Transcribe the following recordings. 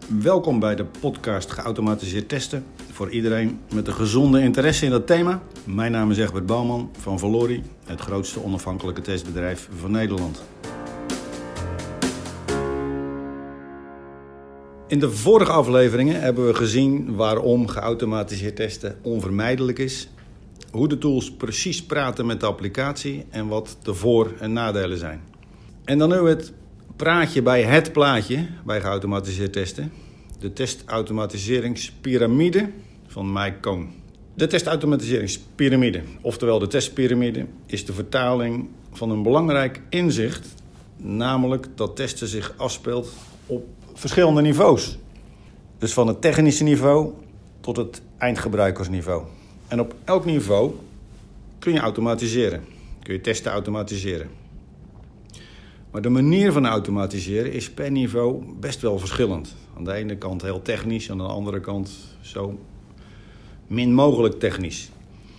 Welkom bij de podcast Geautomatiseerd Testen voor iedereen met een gezonde interesse in dat thema. Mijn naam is Egbert Bouwman van Valori, het grootste onafhankelijke testbedrijf van Nederland. In de vorige afleveringen hebben we gezien waarom geautomatiseerd testen onvermijdelijk is, hoe de tools precies praten met de applicatie en wat de voor- en nadelen zijn. En dan nu het praatje bij het plaatje bij geautomatiseerd testen. De testautomatiseringspyramide van Mike Cohn. De testautomatiseringspyramide, oftewel de testpyramide, is de vertaling van een belangrijk inzicht, namelijk dat testen zich afspeelt op verschillende niveaus. Dus van het technische niveau tot het eindgebruikersniveau. En op elk niveau kun je automatiseren. Kun je testen automatiseren. Maar de manier van automatiseren is per niveau best wel verschillend. Aan de ene kant heel technisch, aan de andere kant zo min mogelijk technisch.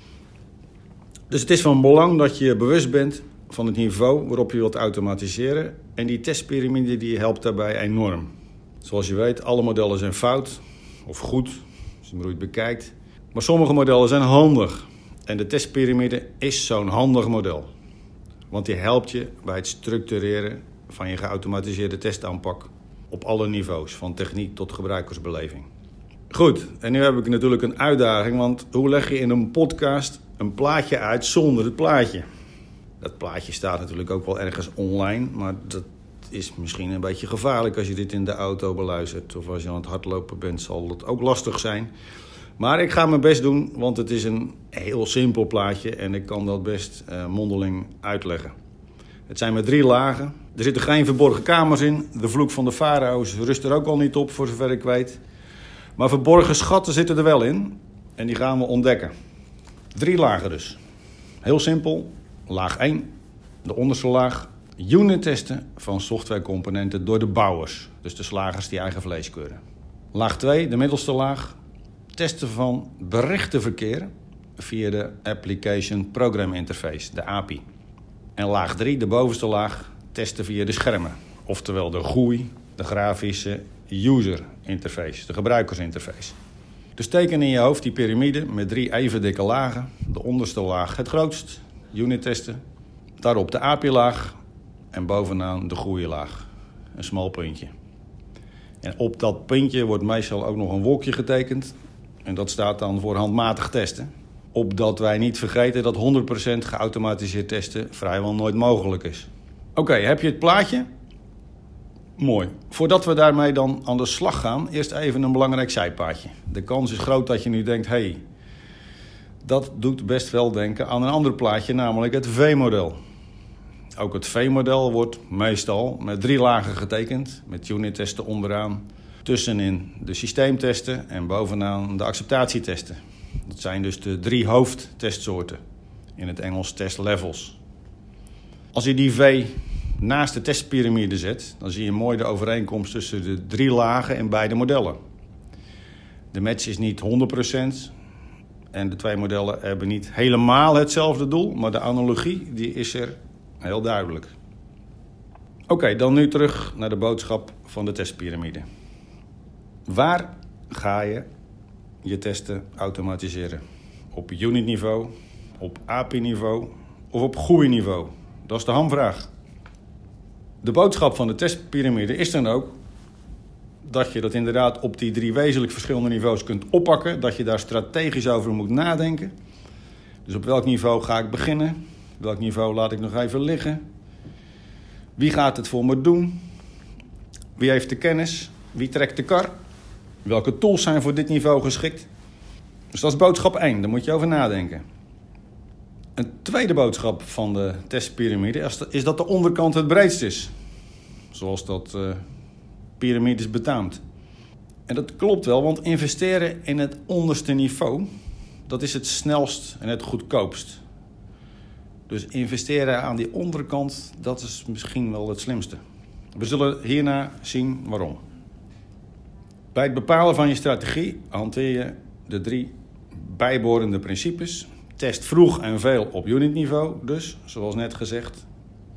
Dus het is van belang dat je bewust bent van het niveau waarop je wilt automatiseren. En die testpyramide die helpt daarbij enorm. Zoals je weet, alle modellen zijn fout of goed, als je maar hoe je het bekijkt. Maar sommige modellen zijn handig. En de testpyramide is zo'n handig model. Want die helpt je bij het structureren van je geautomatiseerde testaanpak op alle niveaus, van techniek tot gebruikersbeleving. Goed, en nu heb ik natuurlijk een uitdaging, want hoe leg je in een podcast een plaatje uit zonder het plaatje? Dat plaatje staat natuurlijk ook wel ergens online, maar dat is misschien een beetje gevaarlijk als je dit in de auto beluistert. Of als je aan het hardlopen bent, zal dat ook lastig zijn. Maar ik ga mijn best doen, want het is een heel simpel plaatje en ik kan dat best mondeling uitleggen. Het zijn maar 3 lagen. Er zitten geen verborgen kamers in. De vloek van de farao's rust er ook al niet op, voor zover ik weet. Maar verborgen schatten zitten er wel in en die gaan we ontdekken. 3 lagen dus. Heel simpel. Laag 1, de onderste laag. Unit testen van softwarecomponenten door de bouwers. Dus de slagers die eigen vlees keuren. Laag 2, de middelste laag. Testen van berichtenverkeer via de Application Program Interface, de API. En laag 3, de bovenste laag, testen via de schermen. Oftewel de GUI, de grafische user interface, de gebruikersinterface. Dus teken in je hoofd die piramide met 3 even dikke lagen. De onderste laag het grootst, unit testen. Daarop de API-laag en bovenaan de GUI-laag, een smal puntje. En op dat puntje wordt meestal ook nog een wolkje getekend. En dat staat dan voor handmatig testen. Opdat wij niet vergeten dat 100% geautomatiseerd testen vrijwel nooit mogelijk is. Oké, heb je het plaatje? Mooi. Voordat we daarmee dan aan de slag gaan, eerst even een belangrijk zijpaadje. De kans is groot dat je nu denkt, hey, dat doet best wel denken aan een ander plaatje, namelijk het V-model. Ook het V-model wordt meestal met 3 lagen getekend, met unit testen onderaan. Tussenin de systeemtesten en bovenaan de acceptatietesten. Dat zijn dus de 3 hoofdtestsoorten. In het Engels test levels. Als je die V naast de testpyramide zet, dan zie je mooi de overeenkomst tussen de 3 lagen in beide modellen. De match is niet 100% en de 2 modellen hebben niet helemaal hetzelfde doel, maar de analogie die is er heel duidelijk. Oké, dan nu terug naar de boodschap van de testpyramide. Waar ga je je testen automatiseren? Op unit-niveau, op API-niveau of op GUI-niveau? Dat is de hamvraag. De boodschap van de testpyramide is dan ook dat je dat inderdaad op die 3 wezenlijk verschillende niveaus kunt oppakken. Dat je daar strategisch over moet nadenken. Dus op welk niveau ga ik beginnen? Welk niveau laat ik nog even liggen? Wie gaat het voor me doen? Wie heeft de kennis? Wie trekt de kar? Welke tools zijn voor dit niveau geschikt? Dus dat is boodschap 1, daar moet je over nadenken. Een tweede boodschap van de testpyramide is dat de onderkant het breedst is. Zoals dat piramides betaamt. En dat klopt wel, want investeren in het onderste niveau, dat is het snelst en het goedkoopst. Dus investeren aan die onderkant, dat is misschien wel het slimste. We zullen hierna zien waarom. Bij het bepalen van je strategie hanteer je de 3 bijbehorende principes. Test vroeg en veel op unitniveau. Dus, zoals net gezegd,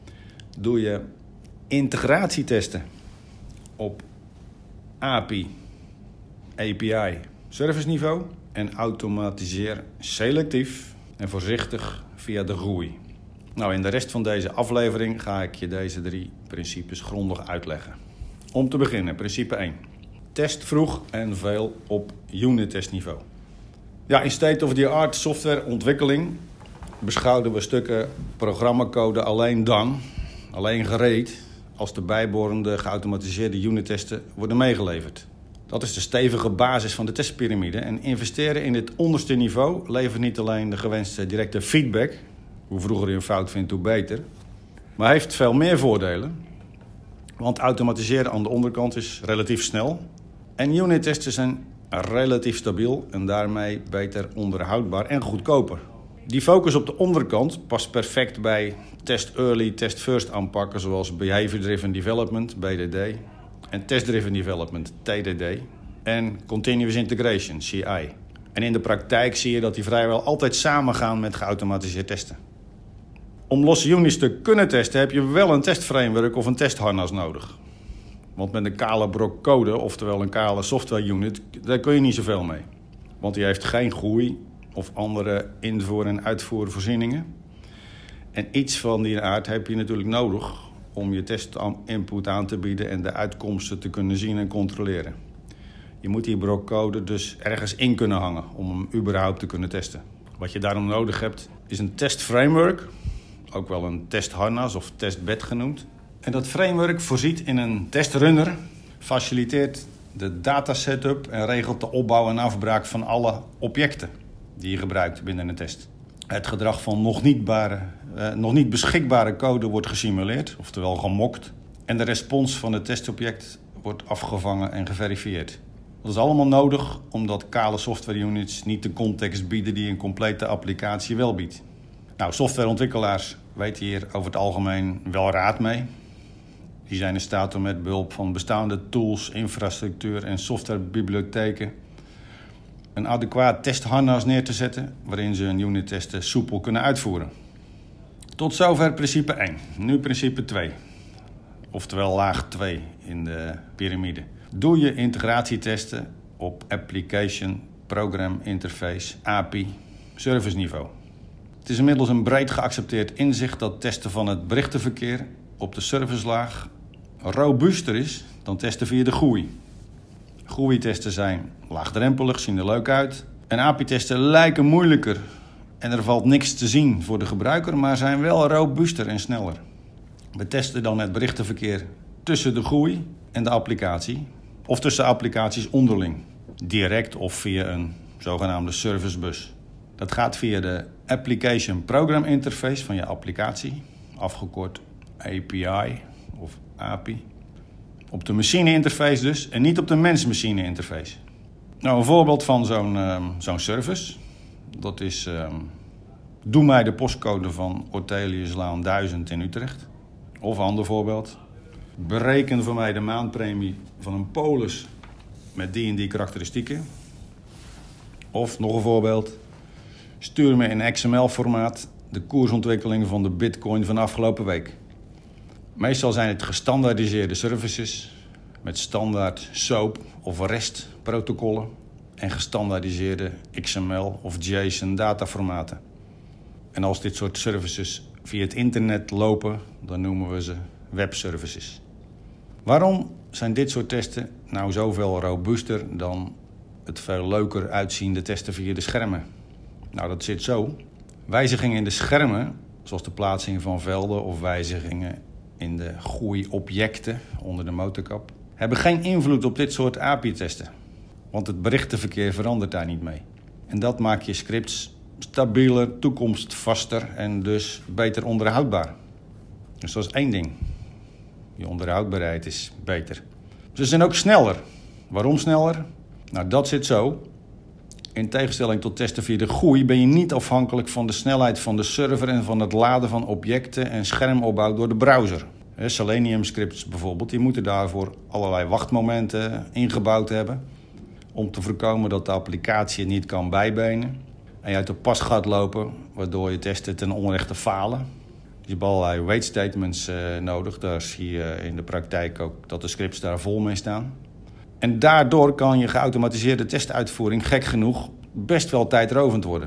doe je integratietesten op API API serviceniveau en automatiseer selectief en voorzichtig via de GUI. Nou, in de rest van deze aflevering ga ik je deze 3 principes grondig uitleggen. Om te beginnen, principe 1. Test vroeg en veel op unit-testniveau. Ja, in state-of-the-art softwareontwikkeling beschouwen we stukken programmacode alleen gereed als de bijbehorende geautomatiseerde unittesten worden meegeleverd. Dat is de stevige basis van de testpyramide. En investeren in dit onderste niveau levert niet alleen de gewenste directe feedback, hoe vroeger je een fout vindt, hoe beter, maar heeft veel meer voordelen. Want automatiseren aan de onderkant is relatief snel. En unittesten zijn relatief stabiel en daarmee beter onderhoudbaar en goedkoper. Die focus op de onderkant past perfect bij test early, test first aanpakken zoals behavior driven development, BDD, en test driven development, TDD, en continuous integration, CI. En in de praktijk zie je dat die vrijwel altijd samengaan met geautomatiseerd testen. Om losse units te kunnen testen heb je wel een testframework of een testharnas nodig. Want met een kale brok code, oftewel een kale software unit, daar kun je niet zoveel mee. Want die heeft geen GUI of andere invoer- en uitvoervoorzieningen. En iets van die aard heb je natuurlijk nodig om je testinput aan te bieden en de uitkomsten te kunnen zien en controleren. Je moet die brok code dus ergens in kunnen hangen om hem überhaupt te kunnen testen. Wat je daarom nodig hebt is een testframework, ook wel een testharnas of testbed genoemd. En dat framework voorziet in een testrunner, faciliteert de datasetup en regelt de opbouw en afbraak van alle objecten die je gebruikt binnen een test. Het gedrag van nog niet beschikbare code wordt gesimuleerd, oftewel gemokt. En de respons van het testobject wordt afgevangen en geverifieerd. Dat is allemaal nodig omdat kale software units niet de context bieden die een complete applicatie wel biedt. Nou, softwareontwikkelaars weten hier over het algemeen wel raad mee. Die zijn in staat om met behulp van bestaande tools, infrastructuur en softwarebibliotheken een adequaat testharnas neer te zetten waarin ze hun unittesten soepel kunnen uitvoeren. Tot zover principe 1. Nu principe 2. Oftewel laag 2 in de piramide. Doe je integratietesten op application, program interface, API, serviceniveau. Het is inmiddels een breed geaccepteerd inzicht dat testen van het berichtenverkeer op de servicelaag robuuster is dan testen via de GUI. GUI-testen zijn laagdrempelig, zien er leuk uit. En API-testen lijken moeilijker en er valt niks te zien voor de gebruiker, maar zijn wel robuuster en sneller. We testen dan het berichtenverkeer tussen de GUI en de applicatie, of tussen applicaties onderling, direct of via een zogenaamde servicebus. Dat gaat via de Application Program Interface van je applicatie, afgekort API of API. Op de machine interface dus en niet op de mens-machine interface. Nou, een voorbeeld van zo'n service, dat is doe mij de postcode van Orteliuslaan 1000 in Utrecht. Of een ander voorbeeld, bereken voor mij de maandpremie van een polis met die en die karakteristieken. Of nog een voorbeeld, stuur me in XML-formaat de koersontwikkeling van de Bitcoin van afgelopen week. Meestal zijn het gestandaardiseerde services met standaard SOAP of REST protocollen en gestandaardiseerde XML of JSON dataformaten. En als dit soort services via het internet lopen, dan noemen we ze webservices. Waarom zijn dit soort testen nou zoveel robuuster dan het veel leuker uitziende testen via de schermen? Nou, dat zit zo. Wijzigingen in de schermen, zoals de plaatsing van velden of wijzigingen in de GUI-objecten onder de motorkap, hebben geen invloed op dit soort API-testen. Want het berichtenverkeer verandert daar niet mee. En dat maakt je scripts stabieler, toekomstvaster en dus beter onderhoudbaar. Dus dat is één ding. Je onderhoudbaarheid is beter. Ze zijn ook sneller. Waarom sneller? Nou, dat zit zo. In tegenstelling tot testen via de GUI ben je niet afhankelijk van de snelheid van de server en van het laden van objecten en schermopbouw door de browser. Selenium scripts bijvoorbeeld, die moeten daarvoor allerlei wachtmomenten ingebouwd hebben om te voorkomen dat de applicatie het niet kan bijbenen en je uit de pas gaat lopen, waardoor je testen ten onrechte falen. Je hebt allerlei wait statements nodig. Daar zie je in de praktijk ook dat de scripts daar vol mee staan. En daardoor kan je geautomatiseerde testuitvoering, gek genoeg, best wel tijdrovend worden.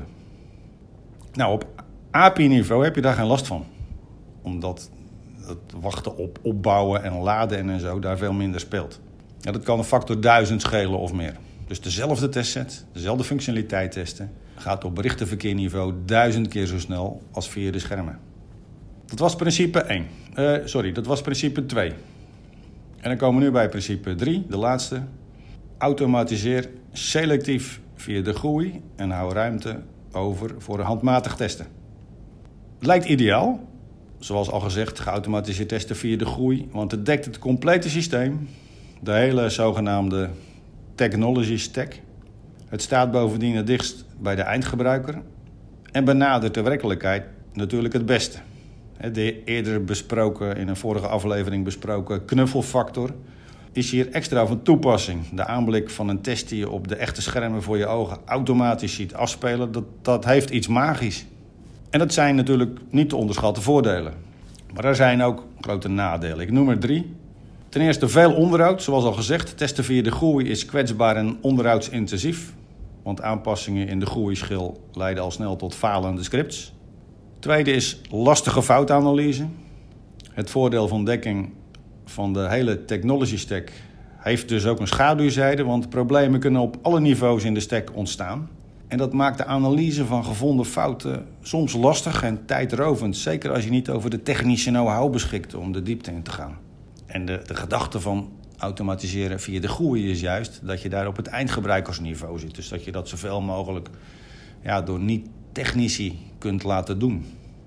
Nou, op API-niveau heb je daar geen last van. Omdat het wachten op opbouwen en laden en zo daar veel minder speelt. Ja, dat kan een factor 1000 schelen of meer. Dus dezelfde testset, dezelfde functionaliteit testen, gaat op berichtenverkeerniveau 1000 keer zo snel als via de schermen. Dat was principe 1. Dat was principe 2. En dan komen we nu bij principe 3, de laatste. Automatiseer selectief via de GUI en hou ruimte over voor handmatig testen. Het lijkt ideaal, zoals al gezegd, geautomatiseerd testen via de GUI, want het dekt het complete systeem, de hele zogenaamde technology stack. Het staat bovendien het dichtst bij de eindgebruiker en benadert de werkelijkheid natuurlijk het beste. De eerder besproken, in een vorige aflevering besproken knuffelfactor is hier extra van toepassing. De aanblik van een test die je op de echte schermen voor je ogen automatisch ziet afspelen, dat heeft iets magisch. En dat zijn natuurlijk niet te onderschatten voordelen. Maar er zijn ook grote nadelen. Ik noem er 3. Ten eerste veel onderhoud. Zoals al gezegd, testen via de GUI is kwetsbaar en onderhoudsintensief. Want aanpassingen in de GUI-schil leiden al snel tot falende scripts. Tweede is lastige foutanalyse. Het voordeel van dekking van de hele technology stack heeft dus ook een schaduwzijde, want problemen kunnen op alle niveaus in de stack ontstaan. En dat maakt de analyse van gevonden fouten soms lastig en tijdrovend, zeker als je niet over de technische know-how beschikt om de diepte in te gaan. En de gedachte van automatiseren via de GUI is juist dat je daar op het eindgebruikersniveau zit. Dus dat je dat zoveel mogelijk door niet-technici kunt laten doen.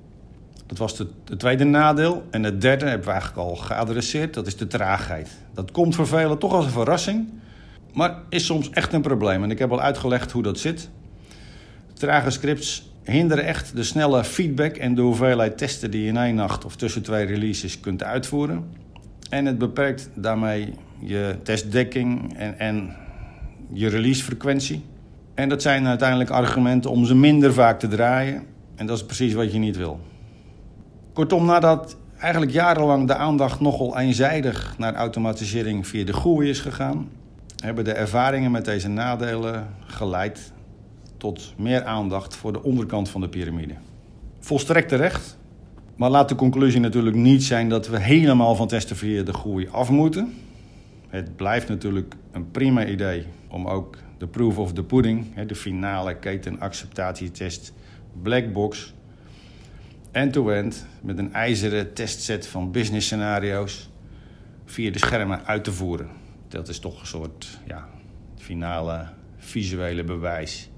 Dat was het tweede nadeel. En het derde hebben we eigenlijk al geadresseerd. Dat is de traagheid. Dat komt voor velen toch als een verrassing. Maar is soms echt een probleem. En ik heb al uitgelegd hoe dat zit. Trage scripts hinderen echt de snelle feedback en de hoeveelheid testen die je in 1 nacht of tussen 2 releases kunt uitvoeren. En het beperkt daarmee je testdekking en je releasefrequentie. En dat zijn uiteindelijk argumenten om ze minder vaak te draaien. En dat is precies wat je niet wil. Kortom, nadat eigenlijk jarenlang de aandacht nogal eenzijdig naar automatisering via de GUI is gegaan, hebben de ervaringen met deze nadelen geleid tot meer aandacht voor de onderkant van de piramide. Volstrekt terecht, maar laat de conclusie natuurlijk niet zijn dat we helemaal van testen via de GUI af moeten. Het blijft natuurlijk een prima idee om ook de proof of the pudding, de finale ketenacceptatietest, blackbox, end-to-end met een ijzeren testset van business scenario's via de schermen uit te voeren. Dat is toch een soort finale visuele bewijs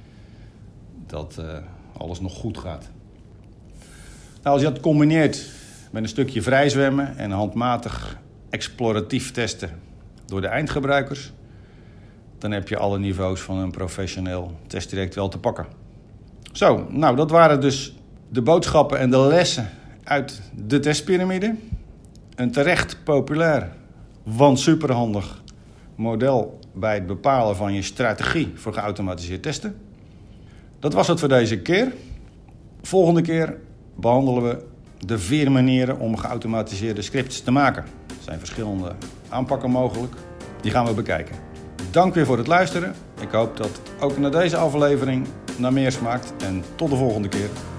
dat alles nog goed gaat. Nou, als je dat combineert met een stukje vrijzwemmen en handmatig exploratief testen door de eindgebruikers, dan heb je alle niveaus van een professioneel testdirect wel te pakken. Zo, nou dat waren dus de boodschappen en de lessen uit de testpyramide. Een terecht populair, want superhandig model bij het bepalen van je strategie voor geautomatiseerd testen. Dat was het voor deze keer. Volgende keer behandelen we de 4 manieren om geautomatiseerde scripts te maken. Er zijn verschillende aanpakken mogelijk. Die gaan we bekijken. Dank weer voor het luisteren. Ik hoop dat ook na deze aflevering naar meer smaakt. En tot de volgende keer.